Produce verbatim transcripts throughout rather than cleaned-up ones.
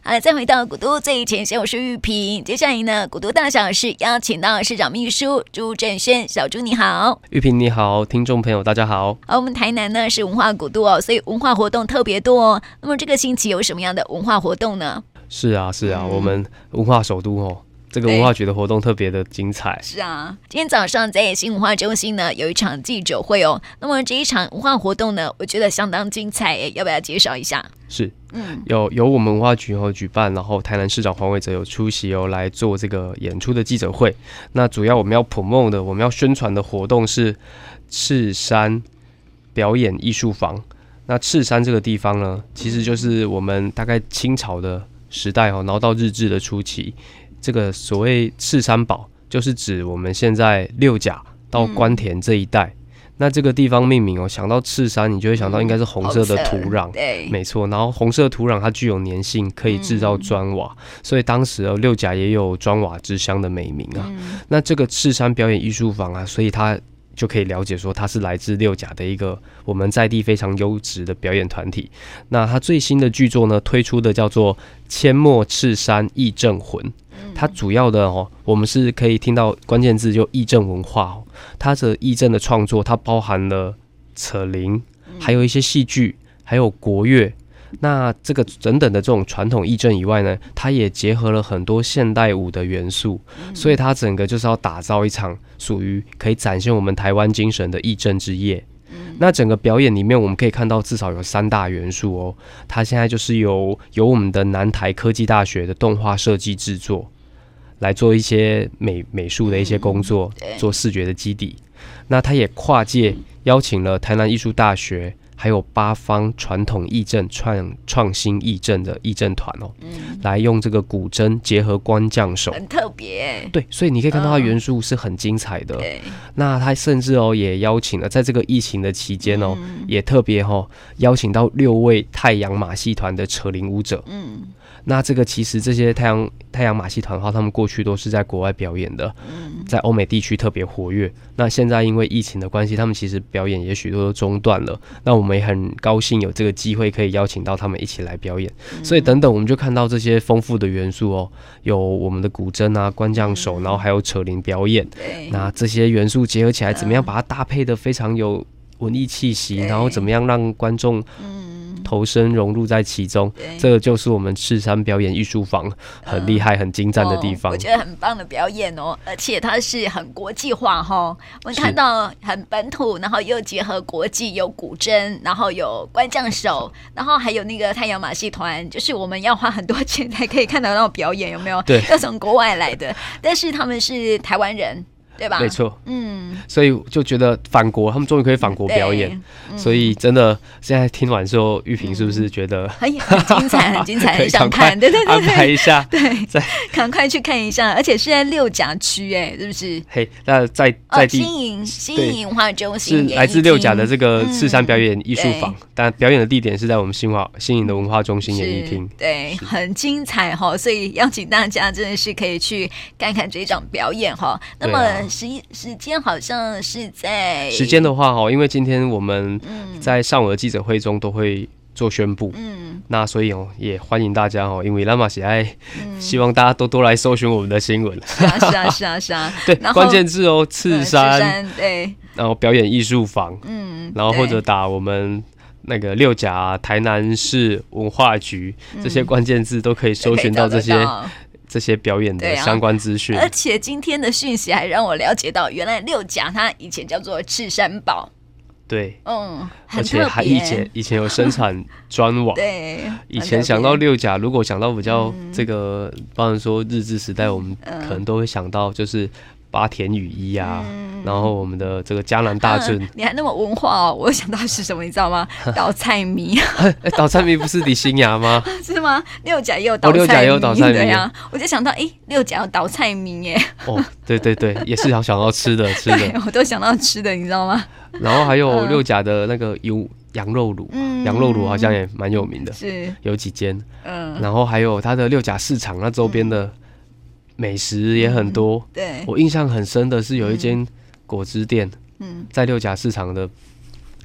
好了，再回到古都最前线，我是玉萍。接下来呢，古都大小事邀请到市长秘书朱振轩，小朱你好。 玉萍你好，听众朋友大家好。 好，我们台南呢是文化古都哦，所以文化活动特别多哦。那么这个星期有什么样的文化活动呢？ 是啊是啊、嗯、我们文化首都哦，这个文化局的活动特别的精彩。 是啊，今天早上在新文化中心呢有一场记者会哦。那么这一场文化活动呢，我觉得相当精彩耶，要不要介绍一下？ 是，嗯，有由我们文化局哦举办，然后台南市长黄伟哲有出席哦来做这个演出的记者会。那主要我们要 promote 的，我们要宣传的活动是赤山表演艺术坊。那赤山这个地方呢，其实就是我们大概清朝的时代哦，然后到日治的初期，这个所谓赤山堡，就是指我们现在六甲到关田这一带。嗯、那这个地方命名哦，想到赤山，你就会想到应该是红色的土壤， 对， 没错。然后红色土壤它具有粘性，可以制造砖瓦，嗯、所以当时哦六甲也有砖瓦之乡的美名啊。嗯、那这个赤山表演艺术坊啊，所以它就可以了解说它是来自六甲的一个我们在地非常优质的表演团体。那它最新的剧作呢，推出的叫做《阡陌赤山义正魂》。它主要的哦，我们是可以听到关键字就义正文化哦。它的义正的创作，它包含了扯铃，还有一些戏剧，还有国乐。那这个等等的这种传统义正以外呢，它也结合了很多现代舞的元素，所以它整个就是要打造一场属于可以展现我们台湾精神的义正之夜。那整个表演里面，我们可以看到至少有三大元素哦。它现在就是由由我们的南台科技大学的动画设计制作来做一些美美术的一些工作，做视觉的基底。那它也跨界邀请了台南艺术大学，还有八方传统义正创创新义正的义正团哦，嗯、来用这个古筝结合官将手， 很特别。 对，所以你可以看到它元素是很精彩的。嗯、那它甚至哦也邀请了，在这个疫情的期间哦，嗯、也特别哦邀请到六位太阳马戏团的扯铃舞者。嗯。那这个其实这些太阳太阳马戏团的话，他们过去都是在国外表演的，在欧美地区特别活跃。那现在因为疫情的关系，他们其实表演也许都中断了。那我们也很高兴有这个机会可以邀请到他们一起来表演。所以等等，我们就看到这些丰富的元素哦，有我们的古筝啊、官将手，然后还有扯铃表演。那这些元素结合起来，怎么样把它搭配的非常有文艺气息，然后怎么样让观众投身融入在其中，这个就是我们赤山表演艺术坊很厉害、很精湛的地方。 嗯哦、我觉得很棒的表演哦，而且它是很国际化哈、哦。我们看到很本土，然后又结合国际，有古筝，然后有官将手，然后还有那个太阳马戏团，就是我们要花很多钱才可以看到那种表演，有没有？ 对， 要从国外来的，但是他们是台湾人。对吧？ 没错，嗯，所以就觉得返国，他们终于可以返国表演，嗯、所以真的现在听完之后，玉萍是不是觉得、嗯、 很很精彩，很精彩，很想看？对对对， 安排一下， 对，赶快去看一下，而且是在六甲区，哎，是不是？ 嘿，那在在地、 哦、新营新营文化中心是来自六甲的这个赤山表演艺术坊，嗯、但表演的地点是在我们新华新营的文化中心演艺厅， 对，很精彩哈，所以邀请大家真的是可以去看看这场表演哈。那么。时时间好像是在时间的话哈，因为今天我们在上午的记者会中都会做宣布，嗯，那所以哦也欢迎大家哦，因为拉玛喜爱，嗯、希望大家都多来搜寻我们的新闻。 是啊是啊是啊是啊， 对，关键字哦，赤山， 赤山对， 然后表演艺术坊，嗯，然后或者打我们。那个六甲、啊、台南市文化局、嗯、这些关键字都可以搜寻到这些。这些表演的相关资讯、 啊，而且今天的讯息还让我了解到，原来六甲它以前叫做赤山堡， 对， 嗯， 而且还以前以前有生产砖瓦， 对， 以前想到六甲，如果想到比较这个，包含说日治时代，我们可能都会想到就是八田雨衣啊，嗯、然后我们的这个嘉南大圳、嗯， 你还那么文化哦！我想到是什么，你知道吗？倒菜米， 欸、倒菜米不是李新芽吗？ 是吗？六甲也有倒菜米， 哦、六甲也有倒菜米呀。我就想到，哎、欸，六甲有倒菜米耶。 哦，对对对，也是要想到吃的吃的， 我都想到吃的，你知道吗？ 然后还有六甲的那个油羊肉卤，嗯、羊肉卤好像也蛮有名的， 是有几间。嗯，然后还有它的六甲市场那周边的。嗯美食也很多， 嗯、对， 我印象很深的是有一间果汁店，嗯，在六甲市场的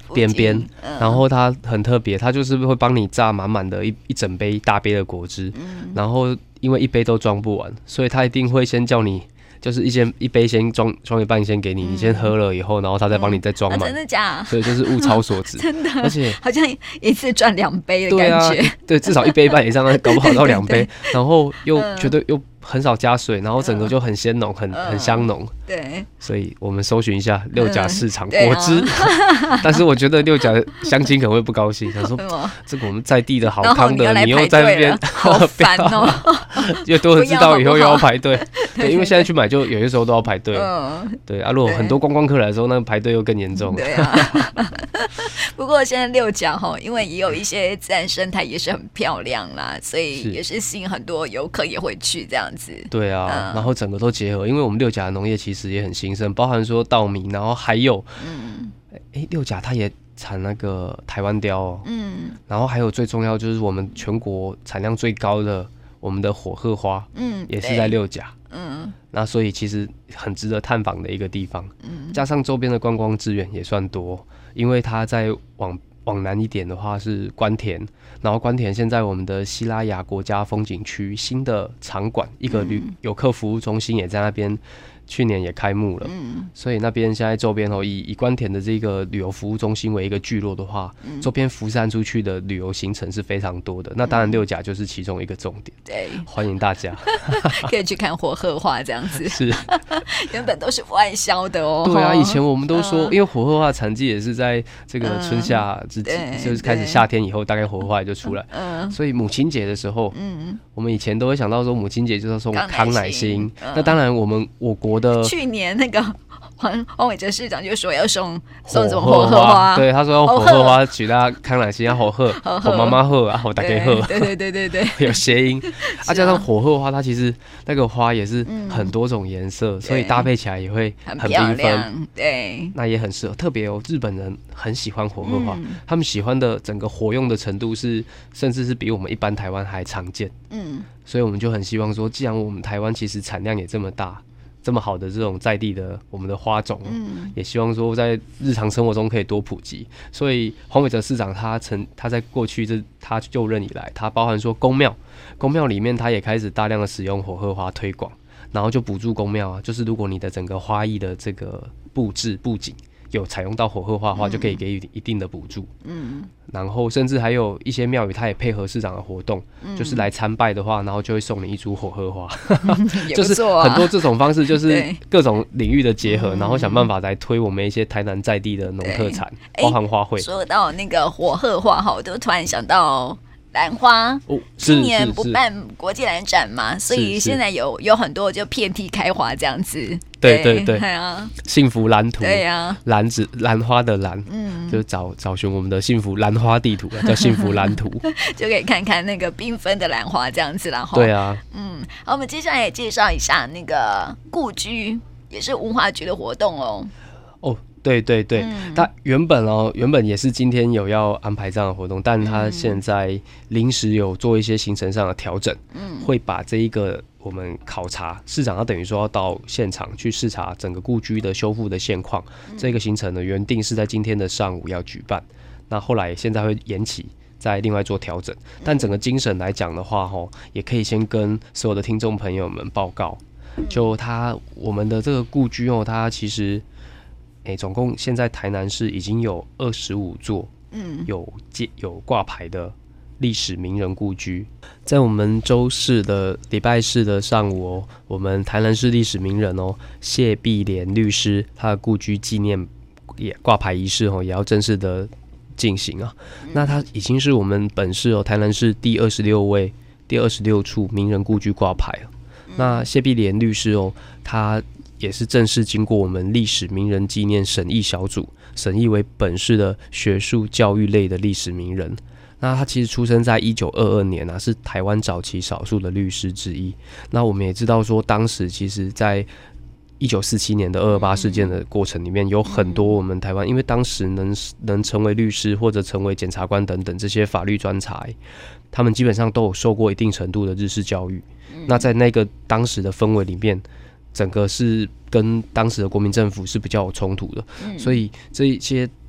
边边，嗯、然后它很特别，它就是会帮你榨满满的一一整杯大杯的果汁，嗯、然后因为一杯都装不完，所以他一定会先叫你。就是一先一杯先装装一半先给你，嗯、你先喝了以后，然后他再帮你再装满、嗯啊。真的假的？所以就是物超所值， 真的。 而且好像一次赚两杯的感觉。 对啊，对，至少一杯半以上，搞不好到两杯，然后又觉得又很少加水，然后整个就很鲜浓，很很香浓。 对， 所以我们搜寻一下六甲市场果汁，啊、但是我觉得六甲乡亲可能会不高兴，他说这个我们在地的好康的，你又在那边， 好烦哦。 越多人知道以后又要排队，对，因为现在去买就有些时候都要排队。嗯，对啊，如果很多观光客来的时候，那个排队又更严重。 对啊。不过现在六甲哈，因为也有一些自然生态也是很漂亮啦，所以也是吸引很多游客也会去这样子。 对啊，然后整个都结合，因为我们六甲的农业其实也很兴盛，包含说稻米，然后还有，嗯，哎，六甲它也产那个台湾雕哦，嗯，然后还有最重要就是我们全国产量最高的我们的火鹤花，嗯，也是在六甲，嗯，那所以其实很值得探访的一个地方，嗯，加上周边的观光资源也算多，因为它在往往南一点的话是关田，然后关田现在我们的西拉雅国家风景区新的场馆，一个旅游客服务中心也在那边。去年也开幕了，嗯、所以那边现在周边哦，以以关田的这个旅游服务中心为一个聚落的话，嗯、周边辐散出去的旅游行程是非常多的。那当然六甲就是其中一个重点，对，欢迎大家可以去看火鹤花这样子。 是， 原本都是外销的哦。 对啊，以前我们都说，嗯、因为火鹤花产季也是在这个春夏之际，嗯、就是开始夏天以后，大概火鹤花也就出来。嗯，所以母亲节的时候，嗯，我们以前都会想到说母亲节就是送康乃馨。嗯、那当然，我们我国的去年那个黄黄伟哲市长就说要送送什么火鹤花， 对，他说用火鹤花取他康乃馨，火鹤火妈妈鹤啊，火大家鹤， 对对对对对， 有谐音啊，加上火鹤花，它其实那个花也是很多种颜色，嗯、所以搭配起来也会很缤纷， 对， 那也很适合。特别有日本人很喜欢火鹤花，嗯、他们喜欢的整个活用的程度是，甚至是比我们一般台湾还常见。嗯，所以我们就很希望说，既然我们台湾其实产量也这么大。这么好的这种在地的我们的花种，嗯、也希望说在日常生活中可以多普及。所以黄伟哲市长他曾他在过去这他就任以来，他包含说公庙，公庙里面他也开始大量的使用火鹤花推广，然后就补助公庙啊，就是如果你的整个花艺的这个布置布景有采用到火鹤花的话，就可以给予一定的补助。嗯，然后甚至还有一些庙宇，它也配合市长的活动，嗯、就是来参拜的话，然后就会送你一株火鹤花， 嗯、 就是很多这种方式，就是各种领域的结合，然后想办法来推我们一些台南在地的农特产，包含花卉。 说到那个火鹤花哈，我就突然想到。兰花、哦、今年不办国际兰展嘛，所以现在有有很多就遍地开花这样子。 对对对， 对啊， 幸福蓝图， 对啊， 兰子兰花的兰，嗯，就找找寻我们的幸福兰花地图，叫幸福蓝图， 就可以看看那个缤纷的兰花这样子，然后对啊， 嗯，好，我们接下来也介绍一下那个故居，也是文化局的活动哦。 哦。对对对，他、嗯、原本哦，原本也是今天有要安排这样的活动，但他现在临时有做一些行程上的调整，嗯，会把这一个我们考察市长，他等于说要到现场去视察整个故居的修复的现况。嗯、这个行程呢，原定是在今天的上午要举办，那后来现在会延期，再另外做调整。但整个精神来讲的话，吼，也可以先跟所有的听众朋友们报告，就他我们的这个故居哦，它其实。欸、总共现在台南市已经有二十五座，嗯，有有挂牌的历史名人故居。在我们周四的礼拜四的上午哦，我们台南市历史名人哦谢碧莲律师他的故居纪念也挂牌仪式哦，也要正式的进行啊。嗯、那他已经是我们本市哦台南市第二十六位、第二十六处名人故居挂牌了。嗯、那谢碧莲律师哦，他。也是正式经过我们历史名人纪念审议小组审议为本市的学术教育类的历史名人。那他其实出生在一九二二年啊，是台湾早期少数的律师之一。那我们也知道说，当时其实在一九四七年的二二八事件的过程里面，有很多我们台湾，因为当时能能成为律师或者成为检察官等等这些法律专才，他们基本上都有受过一定程度的日式教育。那在那个当时的氛围里面。整个是跟当时的国民政府是比较有冲突的，嗯、所以这一些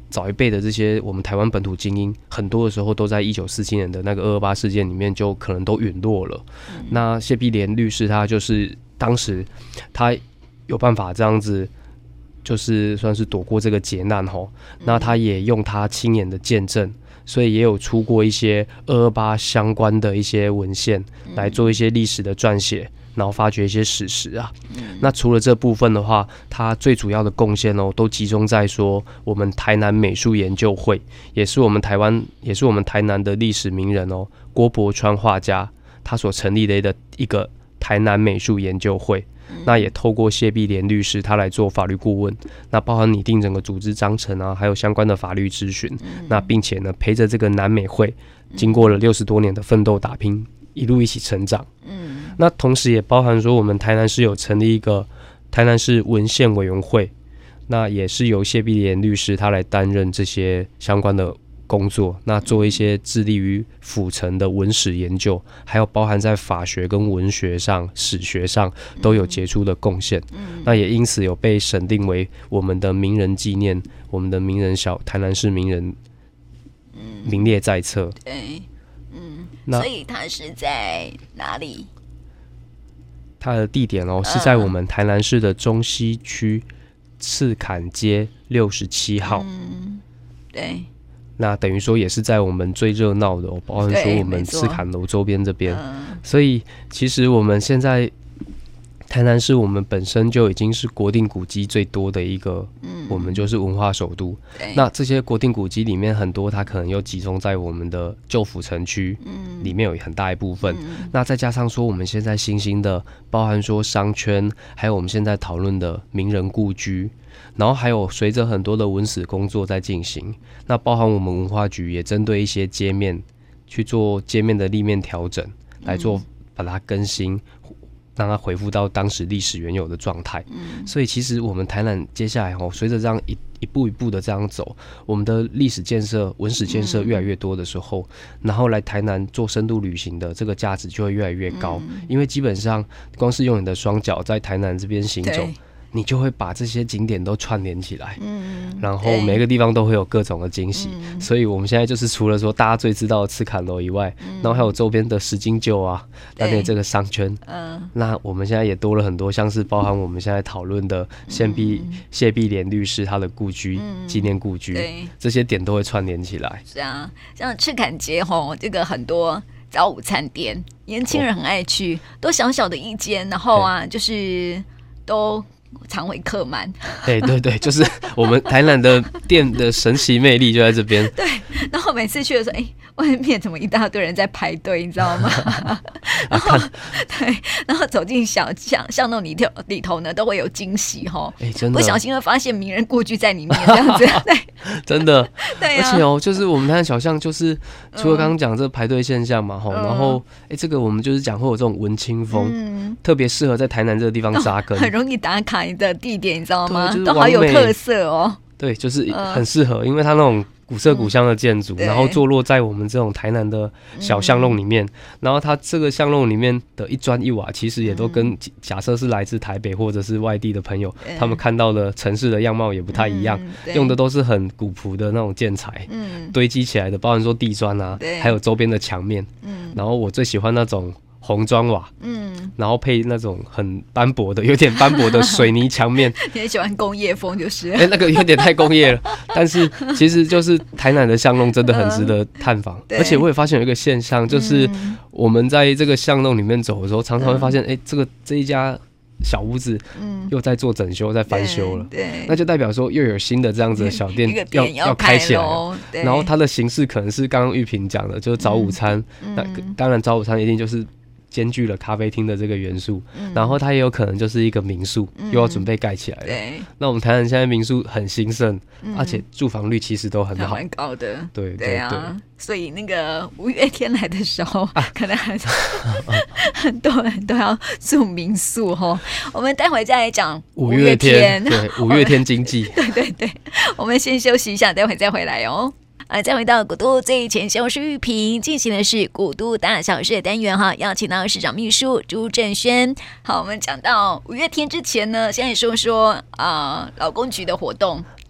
早一辈的这些我们台湾本土精英，很多的时候都在一九四七年的那个二二八事件里面就可能都陨落了。嗯、那谢碧莲律师他就是当时他有办法这样子，就是算是躲过这个劫难吼。那他也用他亲眼的见证，所以也有出过一些二二八相关的一些文献来做一些历史的撰写。然后发掘一些史实啊、嗯，那除了这部分的话，它最主要的贡献哦，都集中在说我们台南美术研究会，也是我们台湾，也是我们台南的历史名人哦，郭伯川画家他所成立的一个台南美术研究会。嗯、那也透过谢碧莲律师他来做法律顾问，那包含拟定整个组织章程啊，还有相关的法律咨询、嗯，那并且呢陪着这个南美会，经过了六十多年的奋斗打拼。一路一起成长，嗯，那同时也包含说，我们台南市有成立一个台南市文献委员会，那也是由谢碧莲律师他来担任这些相关的工作，那做一些致力于府城的文史研究，还有包含在法学跟文学上、史学上都有杰出的贡献，嗯，那也因此有被审定为我们的名人纪念，我们的名人小台南市名人名列在册， 对。所以它是在哪里？ 它的地点哦，是在我们台南市的中西区赤坎街六十七号。嗯，对。那等于说也是在我们最热闹的哦，包含说我们赤坎楼周边这边。所以其实我们现在台南市我们本身就已经是国定古迹最多的一个，嗯，我们就是文化首都。那这些国定古迹里面很多，它可能又集中在我们的旧府城区，嗯，里面有很大一部分。嗯、那再加上说我们现在新兴的，包含说商圈，还有我们现在讨论的名人故居，然后还有随着很多的文史工作在进行，那包含我们文化局也针对一些街面去做街面的立面调整，来做把它更新。让它恢复到当时历史原有的状态、嗯，所以其实我们台南接下来哦，随着这样一一步一步的这样走，我们的历史建设、文史建设越来越多的时候、嗯，然后来台南做深度旅行的这个价值就会越来越高，嗯、因为基本上光是用你的双脚在台南这边行走。你就会把这些景点都串联起来，嗯，然后每个地方都会有各种的惊喜、嗯，所以我们现在就是除了说大家最知道的赤坎楼以外、嗯，然后还有周边的石金旧啊，那边这个商圈，嗯，那我们现在也多了很多，像是包含我们现在讨论的谢碧、嗯、谢碧莲律师他的故居、纪、嗯、念故居，对，这些点都会串联起来。 是啊，像赤坎街吼，这个很多早午餐店，年轻人很爱去，哦、都小小的一间，然后啊，就是都。常会客满， 对对对，就是我们台南的店的神奇魅力就在这边。 对，然后每次去的时候，哎、欸，外面怎么一大堆人在排队，你知道吗？然后对，然后走进小巷巷弄里头里头呢，都会有惊喜哈。哎、欸，真的，不小心会发现名人故居在里面，这样子。对， 真的。对、啊，而且哦，就是我们台南小巷，就是除了刚刚讲这排队现象嘛，哈、嗯，然后哎、欸，这个我们就是讲会有这种文青风、嗯，特别适合在台南这个地方扎根、哦， 很容易打卡你的地点，你知道吗？就是、都好有特色哦。 对，就是很适合、嗯，因为它那种古色古香的建筑、嗯，然后坐落在我们这种台南的小巷弄里面、嗯，然后它这个巷弄里面的一砖一瓦，其实也都跟假设是来自台北或者是外地的朋友，嗯、他们看到的城市的样貌也不太一样，嗯、用的都是很古朴的那种建材、嗯，堆积起来的，包含说地砖啊，还有周边的墙面、嗯，然后我最喜欢那种。红砖瓦，嗯，然后配那种很斑驳的、有点斑驳的水泥墙面。 你很喜欢工业风，就是。 哎、欸，那个有点太工业了，但是其实就是台南的巷弄真的很值得探访、呃。而且我也发现有一个现象，就是我们在这个巷弄里面走的时候，常常会发现，哎、欸，这个这一家小屋子，嗯，又在做整修、在翻修了。对，那就代表说又有新的这样子的小店要要开起来了。然后它的形式可能是刚刚玉萍讲的，就是早午餐。嗯、那当然早午餐一定就是。兼具了咖啡厅的这个元素、嗯，然后它也有可能就是一个民宿，嗯、又要准备盖起来了。对，那我们台南现在民宿很兴盛、嗯，而且住房率其实都很好， 蛮高的。 对对对啊，对，所以那个五月天来的时候，啊、可能还是很多人都要住民宿哈。我们待会再来讲五月天， 对，五月天经济。 对对对，我们先休息一下，待会再回来哦。呃，再回到古都最前线，我是玉萍，进行的是古都大小事的单元哈，邀请到市长秘书朱正轩。好，我们讲到五月天之前呢，现在说说啊、呃、劳工局的活动。 对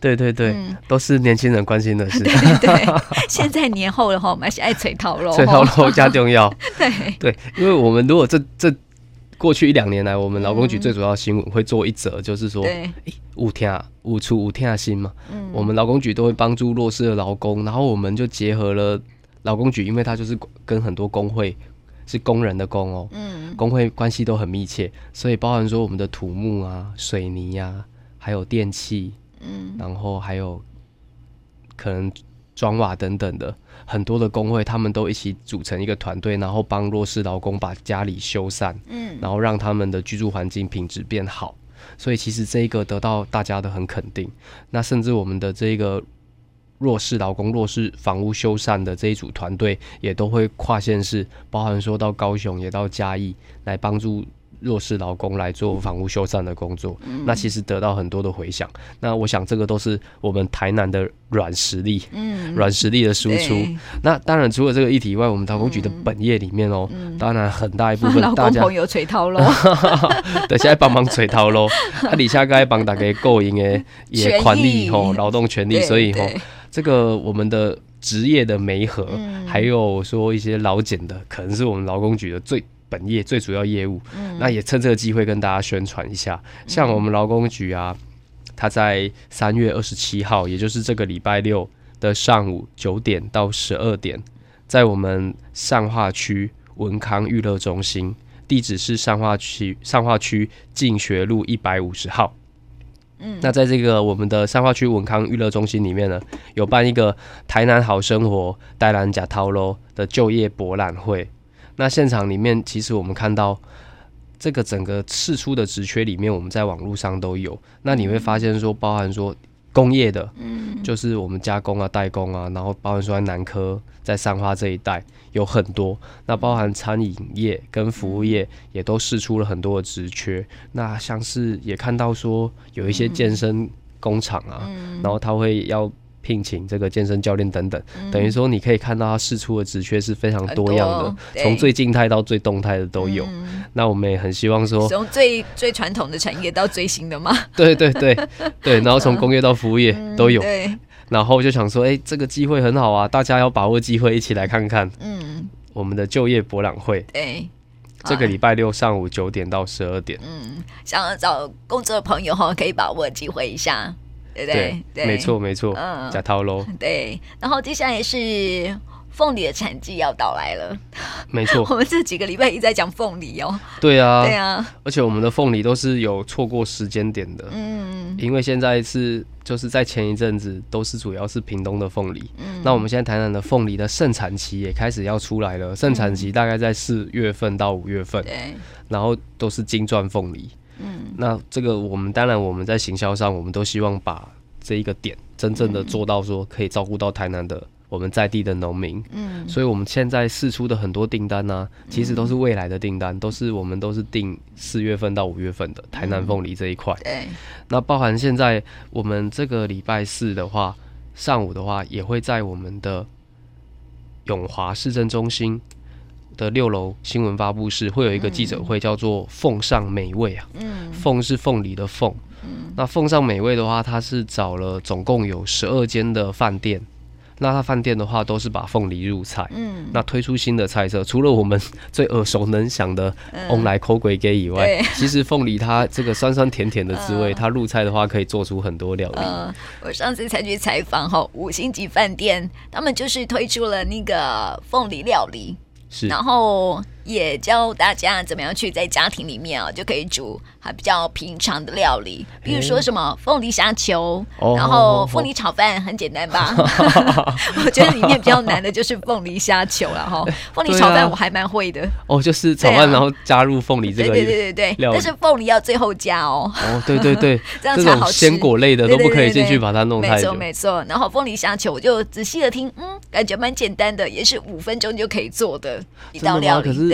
对对对，嗯、都是年轻人关心的事。 对对对，现在年后了哈，我们还是爱吹头路， 吹头路加重要。 对对，因为我们如果这这过去一两年来，我们劳工局最主要的新闻会做一则，就是说，哎、嗯，有听有出有听心嘛。嗯，我们劳工局都会帮助弱势的劳工，然后我们就结合了劳工局，因为它就是跟很多工会。是工人的工哦，嗯，工会关系都很密切，所以包含说我们的土木啊、水泥啊，还有电器，嗯，然后还有可能砖瓦等等的很多的工会，他们都一起组成一个团队，然后帮弱势劳工把家里修缮，嗯，然后让他们的居住环境品质变好。所以其实这一个得到大家的很肯定。那甚至我们的这个弱势劳工、弱势房屋修缮的这一组团队，也都会跨县市，包含说到高雄，也到嘉义，来帮助弱势劳工来做房屋修缮的工作。嗯、那其实得到很多的回响。那我想这个都是我们台南的软实力，嗯，软实力的输出。那当然除了这个议题以外，我们劳工局的本业里面哦，嗯、当然很大一部分大家劳工朋友吹头路， 对，现在帮忙吹头路，啊，底下该帮大家购赢的也权利吼，劳动权利，所以吼。这个我们的职业的媒合、嗯，还有说一些劳检的，可能是我们劳工局的最本业、最主要业务。嗯、那也趁这个机会跟大家宣传一下，像我们劳工局啊，它在三月二十七号，也就是这个礼拜六的上午九点到十二点，在我们善化区文康娱乐中心，地址是善化区善化区进学路一百五十号。嗯、那在这个我们的善化区文康娱乐中心里面呢，有办一个台南好生活台南吃头路的就业博览会。那现场里面，其实我们看到这个整个释出的职缺里面，我们在网络上都有。那你会发现说，包含说工业的，嗯，就是我们加工啊、代工啊，然后包含说在南科、在善化这一带有很多。那包含餐饮业跟服务业也都释出了很多的职缺。那像是也看到说有一些健身工厂啊，嗯、然后他会要聘请这个健身教练等等，嗯、等于说你可以看到他释出的职缺是非常多样的，从最静态到最动态的都有。嗯、那我们也很希望说， 从最最传统的产业到最新的嘛， 对对对对，然后从工业到服务业都有。嗯、对。然后就想说，哎、欸，这个机会很好啊，大家要把握机会，一起来看看。嗯，我们的就业博览会，对，这个礼拜六上午九点到十二点。嗯， 想要找工作的朋友哈，可以把握机会一下，对不对？ 对，没错没错。嗯，假套喽。 对，然后接下来是凤梨的产季要到来了， 没错。 我们这几个礼拜一直在讲凤梨哦。 对啊， 对啊， 而且我们的凤梨都是有错过时间点的。嗯，因为现在是。就是在前一阵子都是主要是屏东的凤梨，嗯、那我们现在台南的凤梨的盛产期也开始要出来了，盛产期大概在四月份到五月份，对，然后都是金钻凤梨，嗯，那这个我们当然我们在行销上，我们都希望把这一个点真正的做到说可以照顾到台南的我们在地的农民，嗯，所以我们现在释出的很多订单呢、啊，其实都是未来的订单，都是我们都是订四月份到五月份的台南凤梨这一块，对。那包含现在我们这个礼拜四的话，上午的话也会在我们的永华市政中心的六楼新闻发布室会有一个记者会，叫做“凤上美味”啊，嗯，凤是凤梨的凤，嗯，那凤上美味的话，它是找了总共有十二间的饭店。那它饭店的话都是把凤梨入菜，嗯，那推出新的菜色，除了我们最耳熟能详的翁来口鬼给以外，其实凤梨它这个酸酸甜甜的滋味，它入菜的话可以做出很多料理。呃、 我上次才去采访哈五星级饭店，他们就是推出了那个凤梨料理，是，然后也教大家怎么样去在家庭里面啊就可以煮还比较平常的料理，比如说什么凤梨虾球，欸、然后凤梨炒饭很简单吧？我觉得里面比较难的就是凤梨虾球了哈。凤梨炒饭我还蛮会的。 哦，就是炒饭然后加入凤梨这个， 对对对对对，但是凤梨要最后加哦。 哦，对对对， 这样才好吃。 鲜果类的都不可以进去把它弄太久。 没错没错。然后凤梨虾球我就仔细的听，嗯，感觉蛮简单的，也是五分钟就可以做的一道料理。 可是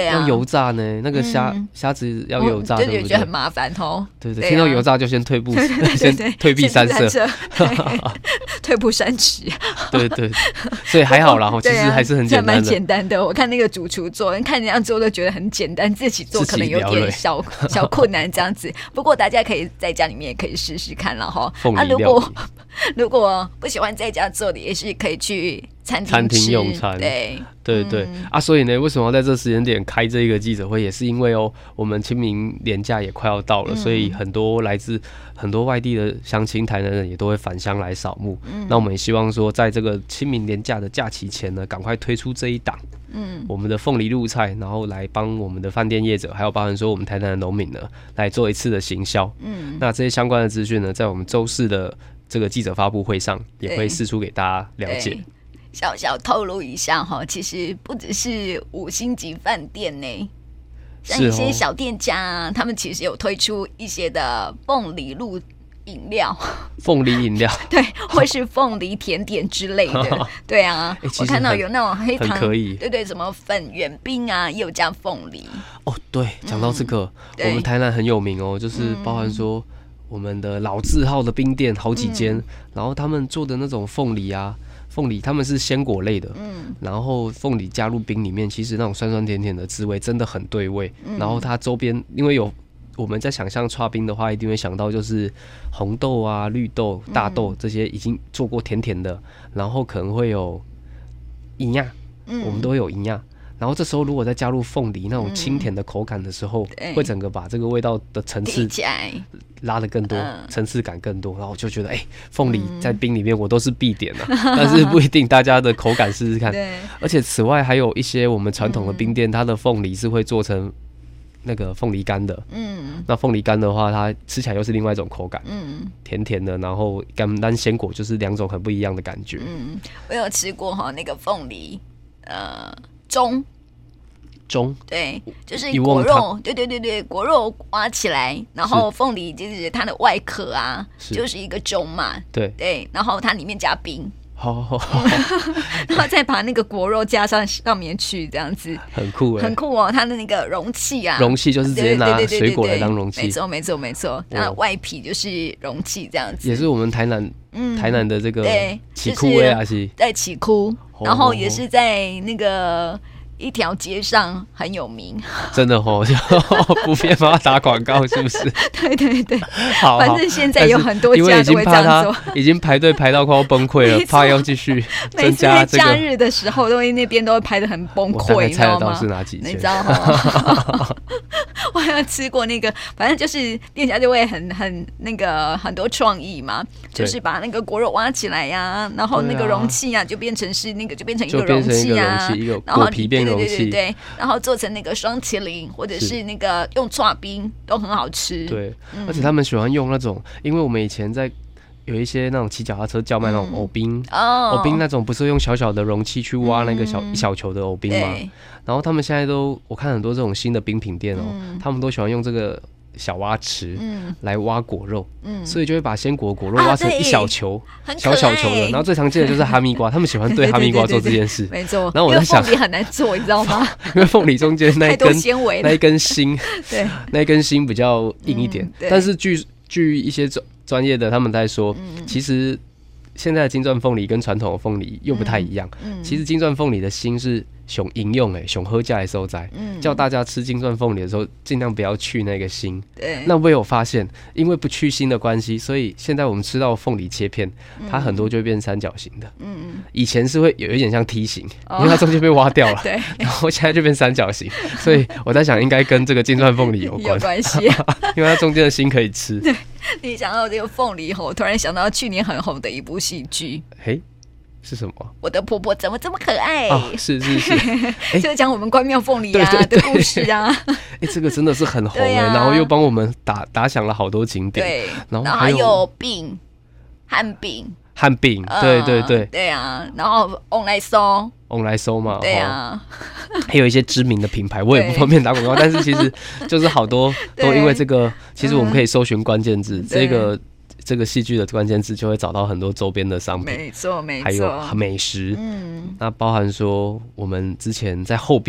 对啊要油炸呢，那个虾虾、嗯、子要油炸， 对对不对？ 觉得很麻烦哦。 对 对, 对，听到油炸就先退步，对对对对先退避三舍， 退步三尺。 对对，所以还好啦，其实还是很简单的， 蛮简单的。我看那个主厨做，看人家做都觉得很简单，自己做可能有点小小困难这样子。不过大家可以在家里面也可以试试看了哈。啊，如果如果不喜欢在家做的，也是可以去餐厅餐厅用餐。 对对对、嗯、啊，所以呢，为什么要在这时间点开这个记者会，也是因为哦，我们清明连假也快要到了，嗯、所以很多来自很多外地的乡亲、台南人也都会返乡来扫墓。嗯、那我们也希望说，在这个清明连假的假期前呢，赶快推出这一档。嗯，我们的凤梨入菜，然后来帮我们的饭店业者，还有包含说我们台南的农民呢，来做一次的行销。嗯，那这些相关的资讯呢，在我们周四的这个记者发布会上，也会释出给大家了解。 小小透露一下哈，其实不只是五星级饭店呢，像一些小店家、啊，他们其实有推出一些的凤梨露饮料， 凤梨饮料， 对，或是凤梨甜点之类的，对啊、欸，我看到有那种黑糖， 可以， 对对，什么粉圆冰啊，也有加凤梨。 哦，对，讲到这个、嗯，我们台南很有名哦，就是包含说我们的老字号的冰店好几间、嗯，然后他们做的那种凤梨啊。凤梨他们是鲜果类的，嗯，然后凤梨加入冰里面，其实那种酸酸甜甜的滋味真的很对味。嗯、然后它周边，因为有我们在想象剉冰的话，一定会想到就是红豆啊、绿豆、大豆这些已经做过甜甜的，然后可能会有营养，嗯，我们都会有营养。然后这时候如果再加入凤梨那种清甜的口感的时候、嗯，会整个把这个味道的层次拉得更多，层、嗯、次感更多。然后我就觉得，哎、欸，凤梨在冰里面我都是必点啊、嗯，但是不一定大家的口感试试看。而且此外还有一些我们传统的冰店，它的凤梨是会做成那个凤梨干的。嗯，那凤梨干的话，它吃起来又是另外一种口感，嗯，甜甜的，然后干单鲜果就是两种很不一样的感觉。 嗯，我有吃过哈那个凤梨，呃。盅盅对，就是果肉，对对对对，果肉挖起来，然后凤梨就是它的外壳啊，就是一个盅嘛， 对对，然后它里面加冰， 好好好， 然后再把那个果肉加上上面去，这样子很酷哎， 很酷哦，它的那个容器啊， 容器就是直接拿水果来当容器， 没错没错没错，然后外皮就是容器这样子， 也是我们台南。嗯，台南的这个起窟威亚西， 在起窟，然后也是在那个一条街上很有名， 真的哦，不便帮他打广告是不是？ 对对对，好，反正现在有很多家都会这样做， 已经排队排到快要崩溃了，怕要继续增加这个。 假日的时候，都会那边都会排得很崩溃，你知道吗？ 是哪几间？ 你知道吗？我好像吃过那个，反正就是店家就会很很那个很多创意嘛，就是把那个果肉挖起来呀、啊，然后那个容器啊就变成是那个就变成一个容器啊， 然后果皮变容器，对对对对，然后做成那个双麒麟或者是那个用剉冰都很好吃。 对、嗯，而且他们喜欢用那种，因为我们以前在。有一些那种骑脚踏车叫卖那种藕冰，藕、嗯、冰那种不是用小小的容器去挖那个小、嗯、一小球的藕冰吗？然后他们现在都，我看很多这种新的冰品店哦、嗯，他们都喜欢用这个小挖池来挖果肉，嗯、所以就会把鲜果果肉挖成一小球、啊、小小球的。然后最常见的就是哈密瓜，他们喜欢对哈密瓜做这件事， 没错。 然后我在想， 因为凤梨很难做，你知道吗？ 因为凤梨中间那一根那一根芯， 对， 那一根芯比较硬一点，嗯、但是据据一些专业的他们在说、嗯，其实现在的金钻凤梨跟传统的凤梨又不太一样。嗯嗯、其实金钻凤梨的芯是熊饮用诶，熊喝价的时候在、嗯，叫大家吃金钻凤梨的时候，尽量不要去那个芯。对。那我有发现，因为不去芯的关系，所以现在我们吃到凤梨切片，它很多就会变三角形的。嗯嗯。以前是会有一点像梯形，哦、因为它中间被挖掉了。对。然后现在就变三角形，所以我在想，应该跟这个金钻凤梨有关。 有关系。 因为它中间的芯可以吃。 对。你想到这个凤梨吼，我突然想到去年很红的一部戏剧。 嘿。是什么？ 我的婆婆怎么这么可爱？ 哦、是是是， 欸、就是讲我们关庙凤梨啊对对对的故事啊。哎、 欸，这个真的是很红哎、啊，然后又帮我们打打响了好多景点。 对， 然后还有饼、汉饼、 汉饼，对对对， 对啊，然后翁来收， 翁来收嘛， 对啊， 还有一些知名的品牌，我也不方便打广告，但是其实就是好多都因为这个，其实我们可以搜寻关键字，这个。这个戏剧的关键字就会找到很多周边的商品， 没错没错， 还有美食，嗯，那包含说我们之前在后壁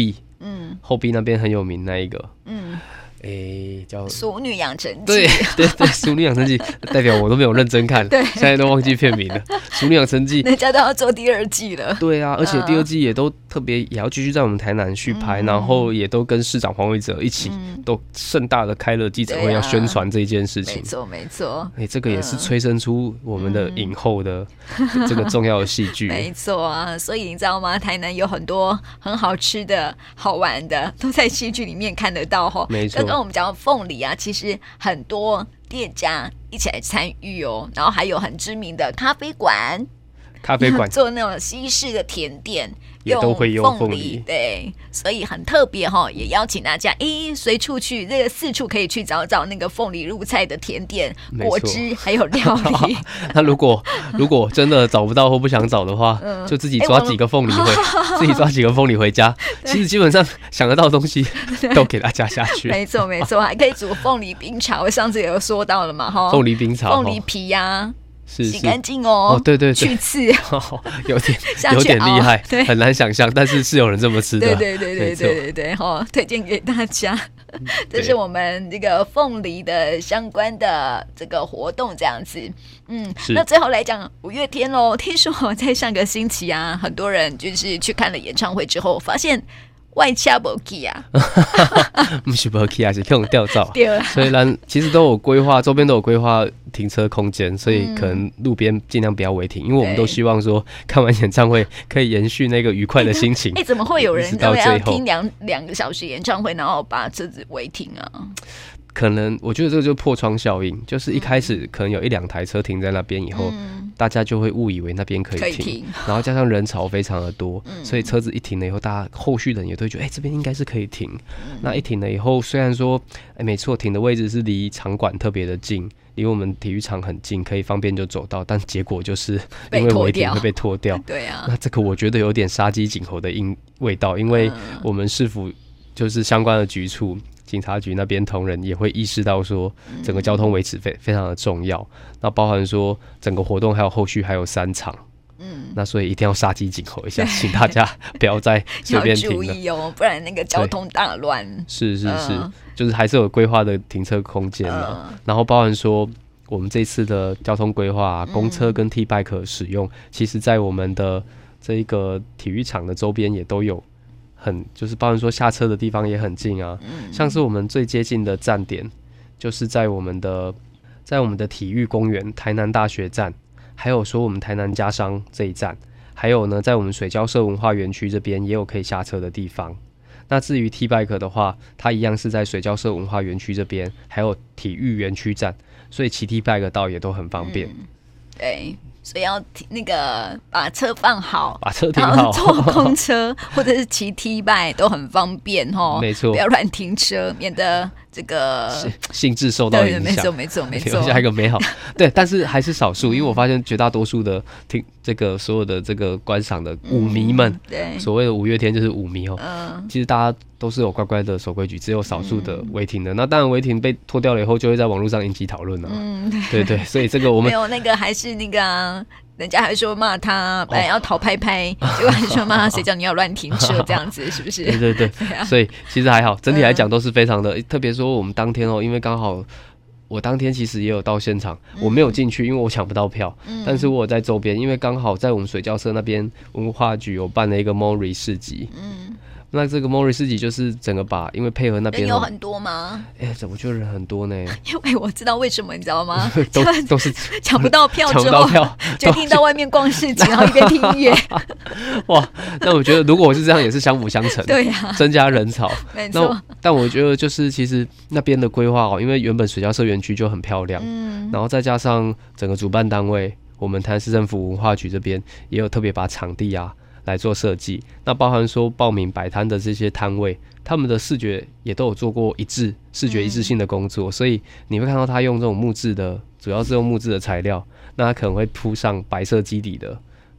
嗯，后壁那边很有名那一个，嗯。诶，叫 《俗女养成记》。 对对对，《俗女养成记》代表我都没有认真看，现在都忘记片名了。《俗女养成记》 人家都要做第二季了。 对啊，而且第二季也都特别也要继续在我们台南续拍，嗯、然后也都跟市长黄伟哲一起、嗯、都盛大的开了记者会，要宣传这一件事情。 没错没错， 哎，这个也是催生出我们的影后的这个重要的戏剧。 没错啊，所以你知道吗？台南有很多很好吃的好玩的，都在戏剧里面看得到哈。 没错。 刚我们讲到凤梨啊，其实很多店家一起来参与哦，然后还有很知名的咖啡馆， 咖啡馆做那种西式的甜点， 也都会用凤梨， 对，所以很特别哈、哦，也邀请大家，诶，随处去这个四处可以去找找那个凤梨入菜的甜点、果汁还有料理。 那如果如果真的找不到或不想找的话，嗯、就自己抓几个凤梨回，自己抓几个凤梨回家。其实基本上想得到的东西都给它加下去。 没错没错，还可以煮凤梨冰茶，我上次也有说到了嘛哈。 凤梨冰茶， 凤梨皮呀、啊。 是洗干净哦， 哦，对对对， 去刺， 哦、有点有点厉害，很难想象，但是是有人这么吃的， 对对对对对对对，哈，推荐给大家。这是我们这个凤梨的相关的这个活动，这样子。嗯，那最后来讲五月天喽，听说我在上个星期啊，很多人就是去看了演唱会之后，发现。外车没去啊， 不是没去啊，是用吊照。 对啦， 所以咱其实都有规划，周边都有规划停车空间，所以可能路边尽量不要违停，因为我们都希望说看完演唱会可以延续那个愉快的心情。 哎、欸，怎么会有人都要听两两个小时演唱会，然后把车子违停啊？ 可能我觉得这个就是破窗效应，就是一开始可能有一两台车停在那边以后、嗯，大家就会误以为那边可以 停, 可以停，然后加上人潮非常的多、嗯，所以车子一停了以后，大家后续的人也都会觉得，哎、欸，这边应该是可以停、嗯。那一停了以后，虽然说，哎、欸，没错，停的位置是离场馆特别的近，离我们体育场很近，可以方便就走到，但结果就是因为违停会被拖掉。 对啊， 那这个我觉得有点杀鸡儆猴的味道，因为我们市府就是相关的局处。警察局那边同仁也会意识到说，整个交通维持非非常的重要。那包含说整个活动还有后续还有三场，嗯，那所以一定要杀鸡儆猴一下，请大家不要再随便停了， 要注意哦，不然那个交通大乱。 是是是、呃，就是还是有规划的停车空间的、呃。然后包含说我们这次的交通规划、啊，公车跟 T bike 使用，嗯、其实在我们的这一个体育场的周边也都有。很就是包含说下车的地方也很近啊、嗯，像是我们最接近的站点，就是在我们的在我们的体育公园台南大学站，还有说我们台南家商这一站，还有呢在我们水交社文化园区这边也有可以下车的地方。那至于 T bike 的话，它一样是在水交社文化园区这边，还有体育园区站，所以骑 T bike 到也都很方便。嗯、对。 所以要那个把车放好， 把车停好， 然后坐公车或者是骑 T bike 都很方便齁。 没错， 不要乱停车，免得这个兴致受到影响。 没错，没错，没错。 留下一个美好，对，但是还是少数，因为我发现绝大多数的听这个所有的这个观赏的舞迷们，嗯、对，所谓的五月天就是舞迷哦、嗯，其实大家都是有乖乖的守规矩，只有少数的违停的。嗯、那当然违停被拖掉了以后，就会在网络上引起讨论了。嗯，对对，所以这个我们没有那个还是那个、啊。人家还说骂他，本来要讨拍拍，哦、结果还说骂他，谁叫你要乱停车这样子，是不是？ 对对 对, 對、啊，所以其实还好，整体来讲都是非常的。嗯、特别说我们当天哦，因为刚好我当天其实也有到现场，嗯、我没有进去，因为我抢不到票，嗯、但是我有在周边，因为刚好在我们水交社那边文化局有办了一个 Mori 市集。嗯。那这个 Mori 市集就是整个把，因为配合那边人有很多吗？ 哎、欸，怎么就人很多呢？ 因为我知道为什么，你知道吗？ 都都是抢不到票之后，决定到外面逛市集，然后一边听音乐。 哇，那我觉得如果我是这样，也是相辅相成，对呀、啊，增加人潮。 没错。 但我觉得就是其实那边的规划哦，因为原本水交社园区就很漂亮，嗯，然后再加上整个主办单位，我们台南市政府文化局这边也有特别把场地啊。来做设计，那包含说报名摆摊的这些摊位，他们的视觉也都有做过一致、视觉一致性的工作，嗯、所以你会看到他用这种木质的，主要是用木质的材料，那他可能会铺上白色基底的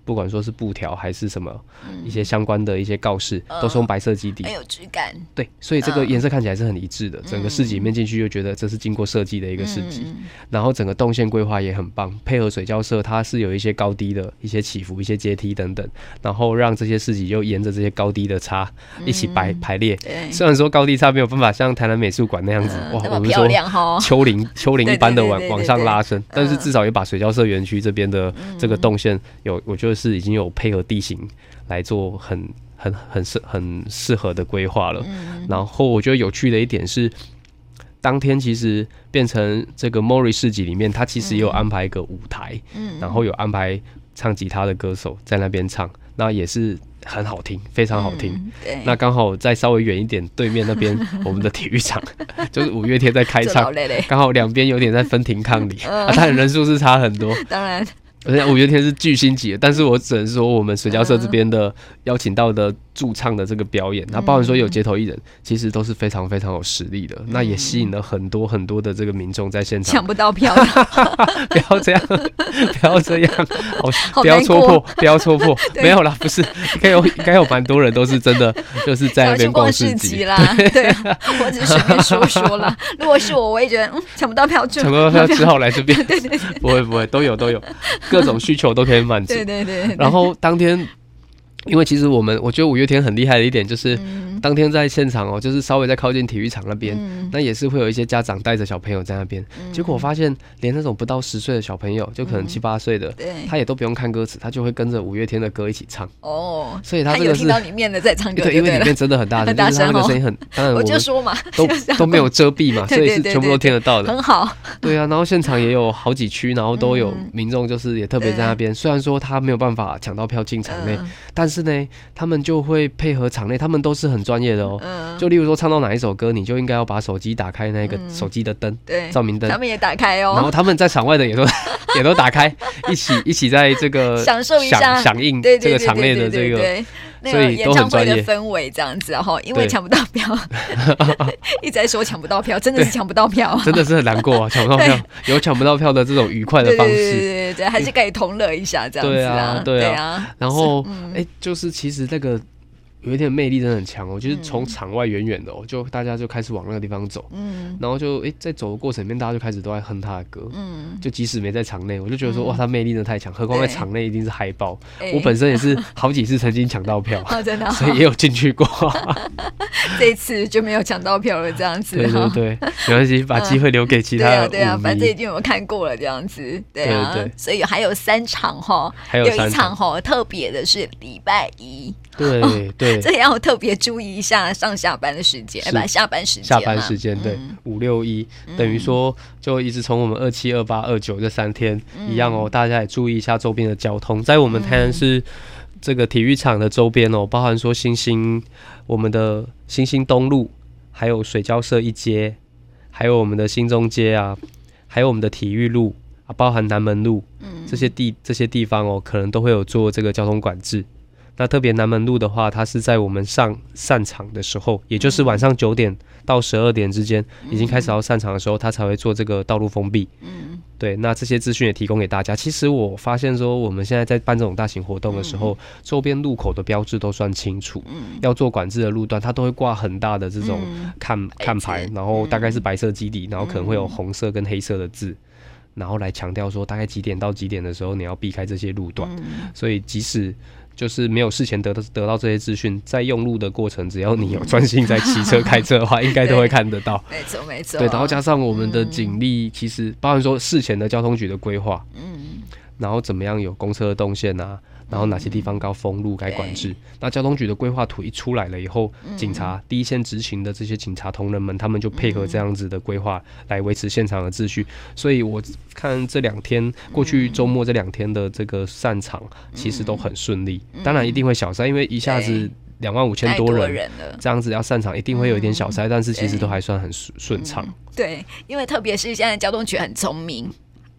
不管说是布条还是什么、嗯、一些相关的一些告示、嗯、都是用白色基底， 很有质感。 对，所以这个颜色看起来是很一致的、嗯、整个市集里面进去就觉得这是经过设计的一个市集、嗯、然后整个动线规划也很棒，配合水交社它是有一些高低的一些起伏一些阶梯等等，然后让这些市集就沿着这些高低的叉一起排、嗯、排列。虽然说高低叉没有办法像台南美术馆那样子、嗯、哇，我们说丘陵丘陵一般的往往上拉伸，但是至少也把水交社园区这边的这个动线有，我觉得是已经有配合地形来做很很很适很适合的规划了、嗯。然后我觉得有趣的一点是，当天其实变成这个 Mori 市集里面，他其实也有安排一个舞台，嗯、然后有安排唱吉他的歌手在那边唱，那也是很好听，非常好听。嗯、那刚好在稍微远一点对面那边，我们的体育场就是五月天在开唱，刚好两边有点在分庭抗礼，嗯、啊，当然人数是差很多， 当然。 而且五月天是巨星级的，但是我只能说我们水交社这边的邀请到的驻唱的这个表演，那、嗯、包含说有街头艺人，其实都是非常非常有实力的、嗯，那也吸引了很多很多的这个民众在现场抢不到票不要这样，不要这样，好，不要戳破，不要戳破，没有啦，不是，应该有应该有蛮多人都是真的就是在那边逛市集啦，对，对啊，我只是随便说说啦。如果是我，我也觉得嗯抢不到票就抢不到票只好来这边， 对对对， 不会不会，都有都有。各种需求都可以满足， 对对 对, 对。 然后当天，因为其实我们我觉得五月天很厉害的一点就是，嗯、当天在现场哦，就是稍微在靠近体育场那边、嗯，那也是会有一些家长带着小朋友在那边、嗯。结果我发现，连那种不到十岁的小朋友，就可能七八岁的、嗯，他也都不用看歌词，他就会跟着五月天的歌一起唱。哦，所以他这个是他有听到里面的在唱歌， 对，因为里面真的很大声， 很大声、哦， 就是他那个声音很，当然我我就说嘛， 都都没有遮蔽嘛，所以是全部都听得到的， 很好。 对啊，然后现场也有好几区，然后都有民众就是也特别在那边、嗯，虽然说他没有办法抢到票进场内、嗯，但是呢，他们就会配合场内，他们都是很专业的哦。嗯、就例如说唱到哪一首歌，你就应该要把手机打开那个手机的灯，对、嗯，照明灯， 他们也打开哦。 然后他们在场外的也都也都打开，一起一起在这个享受一下响应这个场内的这个。 所以演唱会的氛围这样子，然后因为抢不到票，一直在说抢不到票，真的是抢不到票、啊， 真的是很难过啊！抢不到票，有抢不到票的这种愉快的方式， 对对对对对，还是可以同乐一下这样子啊， 对啊，对啊。 然后，哎、嗯欸，就是其实那个。有一点魅力真的很强哦，就是从场外远远的哦，就大家就开始往那个地方走，嗯，然后就哎、欸、在走的过程里面，大家就开始都在哼他的歌，嗯，就即使没在场内，我就觉得说、嗯、哇，他魅力真的太强，何况在场内一定是嗨爆、欸。我本身也是好几次曾经抢到票， 哦、真的、哦， 所以也有进去过。 这一次就没有抢到票了，这样子。 对对对，没关系，把机会留给其他的、 嗯。对啊对啊，反正已经有看过了，这样子。对啊，对对对，所以还有三场哈， 还有一场哈，特别的是礼拜一。 对对、哦， 这也要特别注意一下上下班的时间，把下班时间， 下班时间对，五六一等于说就一直从我们二七、二八、二九这三天、嗯、一样哦，大家也注意一下周边的交通，在我们台南市这个体育场的周边哦，包含说新兴我们的新兴东路，还有水交社一街，还有我们的新中街啊，还有我们的体育路啊，包含南门路，嗯，这些地这些地方哦，可能都会有做这个交通管制。那特别南门路的话，它是在我们上散场的时候，也就是晚上九点到十二点之间，已经开始要散场的时候，它才会做这个道路封闭。嗯，对，那这些资讯也提供给大家。其实我发现说，我们现在在办这种大型活动的时候，嗯、周边路口的标志都算清楚。嗯，要做管制的路段，它都会挂很大的这种看、嗯、看牌，然后大概是白色基底，然后可能会有红色跟黑色的字。然后来强调说，大概几点到几点的时候，你要避开这些路段。嗯、所以即使就是没有事前得到得到这些资讯，在用路的过程，只要你有专心在骑车开车的话，应该都会看得到。 没错没错。 对，然后加上我们的警力，其实包含说事前的交通局的规划，嗯，然后怎么样有公车的动线啊。然后哪些地方该封路该管制、嗯、那交通局的规划图一出来了以后、嗯、警察第一线执行的这些警察同仁们他们就配合这样子的规划来维持现场的秩序，所以我看这两天过去周末这两天的这个散场其实都很顺利、嗯、当然一定会小塞，因为一下子两万五千多人, 人这样子要散场一定会有一点小塞、嗯、但是其实都还算很顺畅、 嗯、对，因为特别是现在交通局很聪明，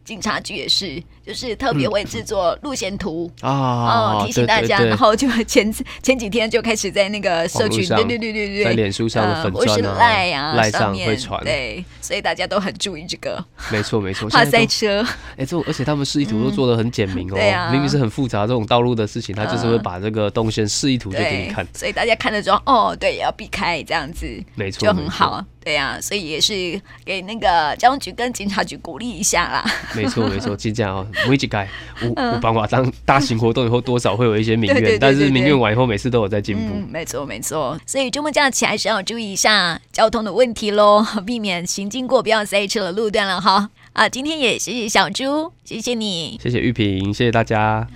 警察局也是，就是特别会制作路线图、 嗯、啊、 哦，提醒大家， 对对对， 然后就前前几天就开始在那个社群，对对对对对， 在脸书上的粉专啊， 或是赖啊， 赖上会传， 对，所以大家都很注意这个， 没错没错， 怕塞车。 哎、欸，这而且他们示意图都做得很简明哦、嗯对啊， 明明是很复杂这种道路的事情，他就是会把这个动线示意图就给你看， 所以大家看得中哦，对，也要避开这样子， 没错， 就很好。对呀、啊，所以也是给那个交通局跟警察局鼓励一下啦。 没错没错，就这样哦。每一届我我办完当大型活动以后，多少会有一些民怨，对对对对对，但是民怨完以后，每次都有在进步。 嗯，没错没错。所以周末假期还是要注意一下交通的问题咯，避免行经过不要塞车的路段了哈。啊，今天也谢谢小猪，谢谢你， 谢谢玉萍，谢谢大家。